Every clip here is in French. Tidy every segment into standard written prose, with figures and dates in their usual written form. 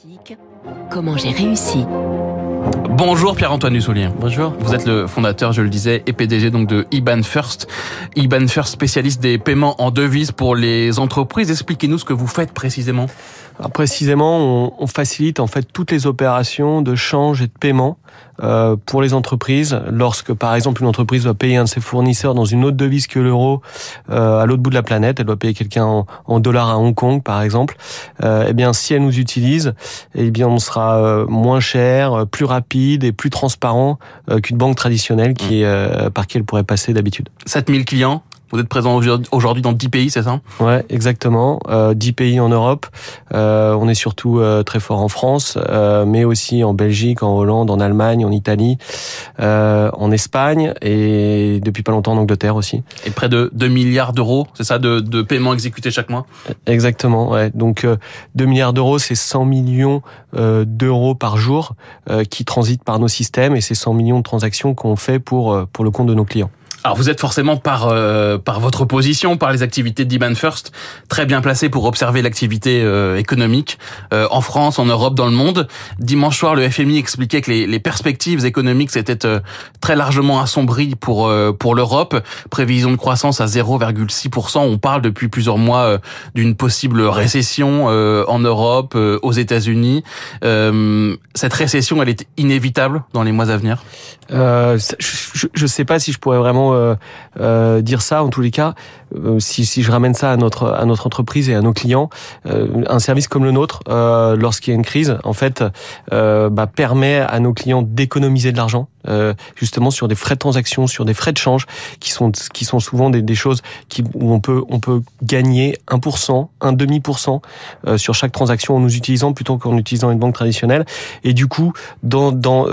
Classique, comment j'ai réussi. Bonjour Pierre-Antoine Dussolier. Bonjour. Vous êtes le fondateur, je le disais, et PDG donc de IBAN First. IBAN First, spécialiste des paiements en devises pour les entreprises. Expliquez-nous ce que vous faites précisément. Alors précisément, on facilite en fait toutes les opérations de change et de paiement pour les entreprises. Lorsque, par exemple, une entreprise doit payer un de ses fournisseurs dans une autre devise que l'euro à l'autre bout de la planète, elle doit payer quelqu'un en dollars à Hong Kong, par exemple. Eh bien, si elle nous utilise, eh bien, on sera moins cher, plus rapide et plus transparent qu'une banque traditionnelle par qui elle pourrait passer d'habitude. 7000 clients. Vous êtes présent aujourd'hui dans 10 pays, c'est ça ? Ouais, exactement. 10 pays en Europe. On est surtout très fort en France, mais aussi en Belgique, en Hollande, en Allemagne, en Italie, en Espagne et depuis pas longtemps en Angleterre aussi. Et près de 2 milliards d'euros, c'est ça, de paiements exécutés chaque mois ? Exactement, ouais. Donc 2 milliards d'euros, c'est 100 millions d'euros par jour qui transitent par nos systèmes et c'est 100 millions de transactions qu'on fait pour le compte de nos clients. Alors vous êtes forcément par votre position, par les activités d'IBAN First, très bien placé pour observer l'activité économique en France, en Europe, dans le monde. Dimanche soir, le FMI expliquait que les perspectives économiques s'étaient très largement assombries pour l'Europe. Prévision de croissance à 0,6%. On parle depuis plusieurs mois d'une possible récession en Europe, aux États-Unis. Cette récession, elle est inévitable dans les mois à venir ? Je sais pas si je pourrais vraiment dire ça. En tous les cas, si je ramène ça à notre entreprise et à nos clients, un service comme le nôtre, lorsqu'il y a une crise, en fait, permet à nos clients d'économiser de l'argent, justement sur des frais de transaction, sur des frais de change, qui sont souvent des choses où on peut gagner 1%, 1,5% sur chaque transaction en nous utilisant plutôt qu'en utilisant une banque traditionnelle. Et du coup, dans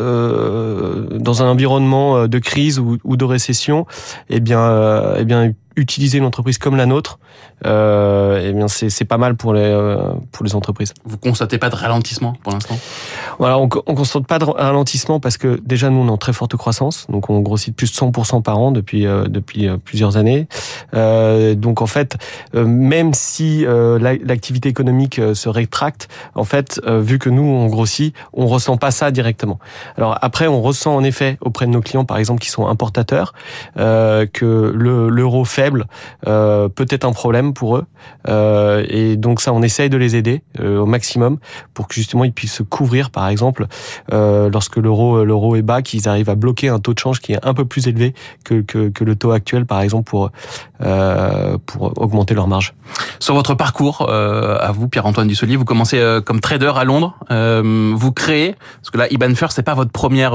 un environnement de crise ou de récession, eh bien utiliser une entreprise comme la nôtre, eh bien c'est pas mal pour les entreprises. Vous constatez pas de ralentissement pour l'instant ? Voilà, on constate pas de ralentissement parce que déjà nous on est en très forte croissance, donc on grossit de plus de 100% par an depuis plusieurs années. Donc en fait, même si l'activité économique se rétracte, en fait, vu que nous on grossit, on ressent pas ça directement. Alors après, on ressent en effet auprès de nos clients, par exemple, qui sont importateurs, que l'euro faible peut être un problème pour eux, et donc ça on essaye de les aider au maximum pour que justement ils puissent se couvrir, par exemple, lorsque l'euro est bas, qu'ils arrivent à bloquer un taux de change qui est un peu plus élevé que le taux actuel, par exemple, pour augmenter leur marge. Sur votre parcours, à vous, Pierre-Antoine Dussolier, vous commencez comme trader à Londres. Vous créez, parce que là, IBAN First, c'est pas votre première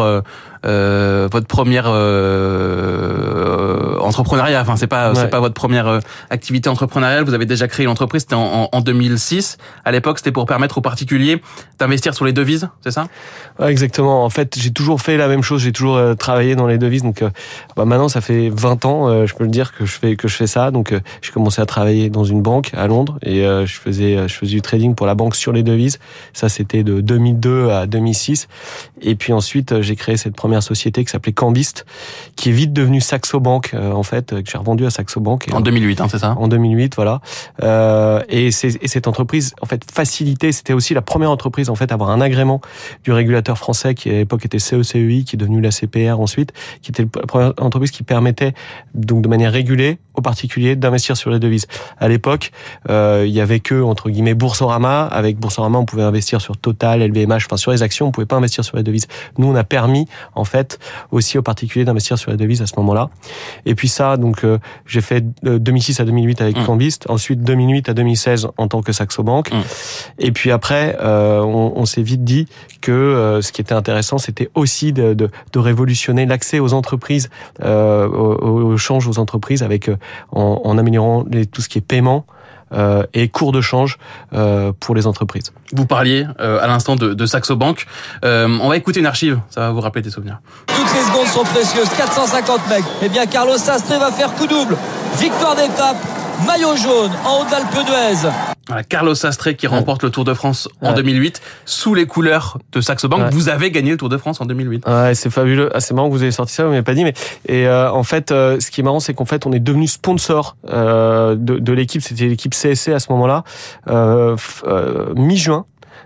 entrepreneuriat. Enfin, c'est pas votre première activité entrepreneuriale. Vous avez déjà créé l'entreprise. C'était en 2006. À l'époque, c'était pour permettre aux particuliers d'investir sur les devises, c'est ça ? Ouais, exactement. En fait, j'ai toujours fait la même chose. J'ai toujours travaillé dans les devises. Donc, maintenant, ça fait 20 ans, je peux le dire, que je fais ça. Donc, j'ai commencé à travailler dans une banque à Londres et je faisais du trading pour la banque sur les devises. Ça, c'était de 2002 à 2006. Et puis ensuite, j'ai créé cette première société qui s'appelait Cambist, qui est vite devenue Saxo Bank, en fait, que j'ai revendu à Saxo Bank. En 2008, c'est ça ? En 2008, voilà. Et cette entreprise, en fait, facilitait. C'était aussi la première entreprise, en fait, à avoir un agrément du régulateur français qui à l'époque était CECEI, qui est devenu la CPR ensuite, qui était la première entreprise qui permettait donc de manière régulée aux particuliers d'investir sur les devises. À l'époque, il y avait que, entre guillemets, Boursorama. Avec Boursorama, on pouvait investir sur Total, LVMH, enfin sur les actions, on pouvait pas investir sur les devises. Nous, on a permis, en fait, aussi aux particuliers d'investir sur les devises à ce moment-là. Et puis ça, donc, j'ai fait 2006 à 2008 avec Cambist, ensuite 2008 à 2016 en tant que Saxo Bank. Et puis après, on s'est vite dit que ce qui était intéressant, c'était aussi de révolutionner l'accès aux entreprises, au change aux entreprises, avec en améliorant tout ce qui est paiement et cours de change pour les entreprises. Vous parliez à l'instant de Saxo Bank. On va écouter une archive, ça va vous rappeler des souvenirs. Toutes les secondes sont précieuses, 450 mecs. Eh bien, Carlos Sastre va faire coup double. Victoire d'étape, maillot jaune en haut de l'Alpe d'Huez. Voilà, Carlos Sastre qui remporte le Tour de France en 2008 sous les couleurs de Saxo Bank. Vous avez gagné le Tour de France en 2008. Ouais, c'est fabuleux. C'est marrant que vous ayez sorti ça, vous m'avez pas dit, mais en fait, ce qui est marrant, c'est qu'en fait, on est devenu sponsor de l'équipe. C'était l'équipe CSC à ce moment-là, mi-juin.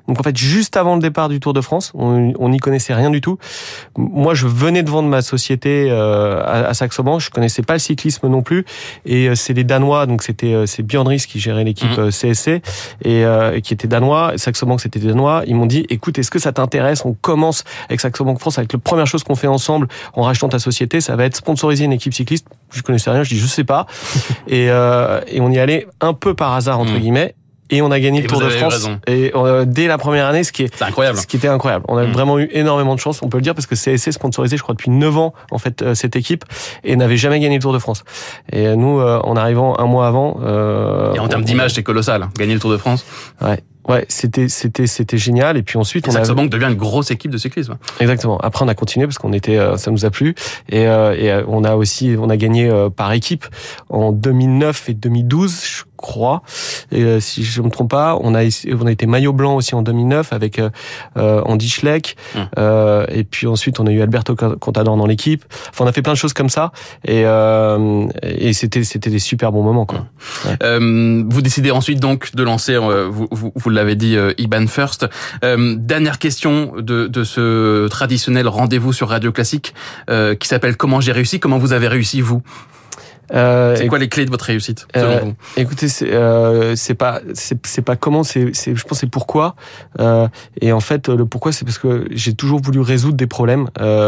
Donc en fait, juste avant le départ du Tour de France, on n'y connaissait rien du tout. Moi, je venais de vendre ma société à Saxo Bank, je connaissais pas le cyclisme non plus, et c'est les Danois, donc c'est Björn Ries qui gérait l'équipe CSC et qui était danois. Saxo Bank, c'était des Danois. Ils m'ont dit, écoute, est-ce que ça t'intéresse? On commence avec Saxo Bank France, avec la première chose qu'on fait ensemble en rachetant ta société, ça va être sponsoriser une équipe cycliste. Je connaissais rien, je dis je sais pas, et on y allait un peu par hasard entre guillemets. Et on a gagné le Tour de France. Et dès la première année, c'est incroyable. Ce qui était incroyable. On a vraiment eu énormément de chance, on peut le dire, parce que CSC sponsorisait, je crois, depuis 9 ans, en fait, cette équipe, et n'avait jamais gagné le Tour de France. Et nous, en arrivant un mois avant... et en termes d'image, c'est colossal. Gagner le Tour de France. Ouais, c'était génial. Et puis ensuite, on Saxo Bank devient une grosse équipe de cyclisme. Exactement. Après, on a continué parce qu'on était, ça nous a plu. Et on a gagné par équipe en 2009 et 2012, je crois. Et si je me trompe pas, on a été maillot blanc aussi en 2009 avec Andy Schleck. Et puis ensuite, on a eu Alberto Contador dans l'équipe. Enfin, on a fait plein de choses comme ça. Et c'était des super bons moments, quoi. Vous décidez ensuite donc de lancer, vous l'avez dit, IBAN First. Dernière question de ce traditionnel rendez-vous sur Radio Classique qui s'appelle Comment j'ai réussi. Comment vous avez réussi, vous? C'est quoi les clés de votre réussite selon vous? Écoutez, c'est pas comment, je pense c'est pourquoi. Et en fait, le pourquoi, c'est parce que j'ai toujours voulu résoudre des problèmes.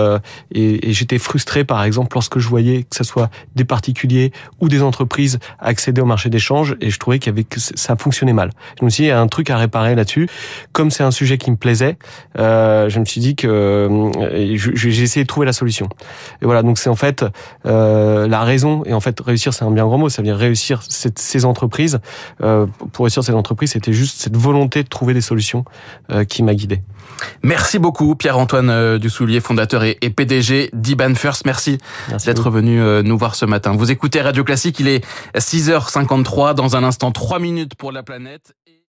Et j'étais frustré, par exemple, lorsque je voyais que ce soit des particuliers ou des entreprises accéder au marché d'échange, et je trouvais que ça fonctionnait mal. Je me suis dit, il y a un truc à réparer là-dessus. Comme c'est un sujet qui me plaisait, je me suis dit que j'ai essayé de trouver la solution. Et voilà, donc c'est en fait la raison. Et en fait, réussir, c'est un bien grand mot. Ça veut dire réussir ces entreprises. Pour réussir ces entreprises, c'était juste cette volonté de trouver des solutions qui m'a guidé. Merci beaucoup, Pierre-Antoine Dussoulier, fondateur et PDG d'IBAN First. Merci d'être venu nous voir ce matin. Vous écoutez Radio Classique, il est 6h53. Dans un instant, 3 minutes pour la planète.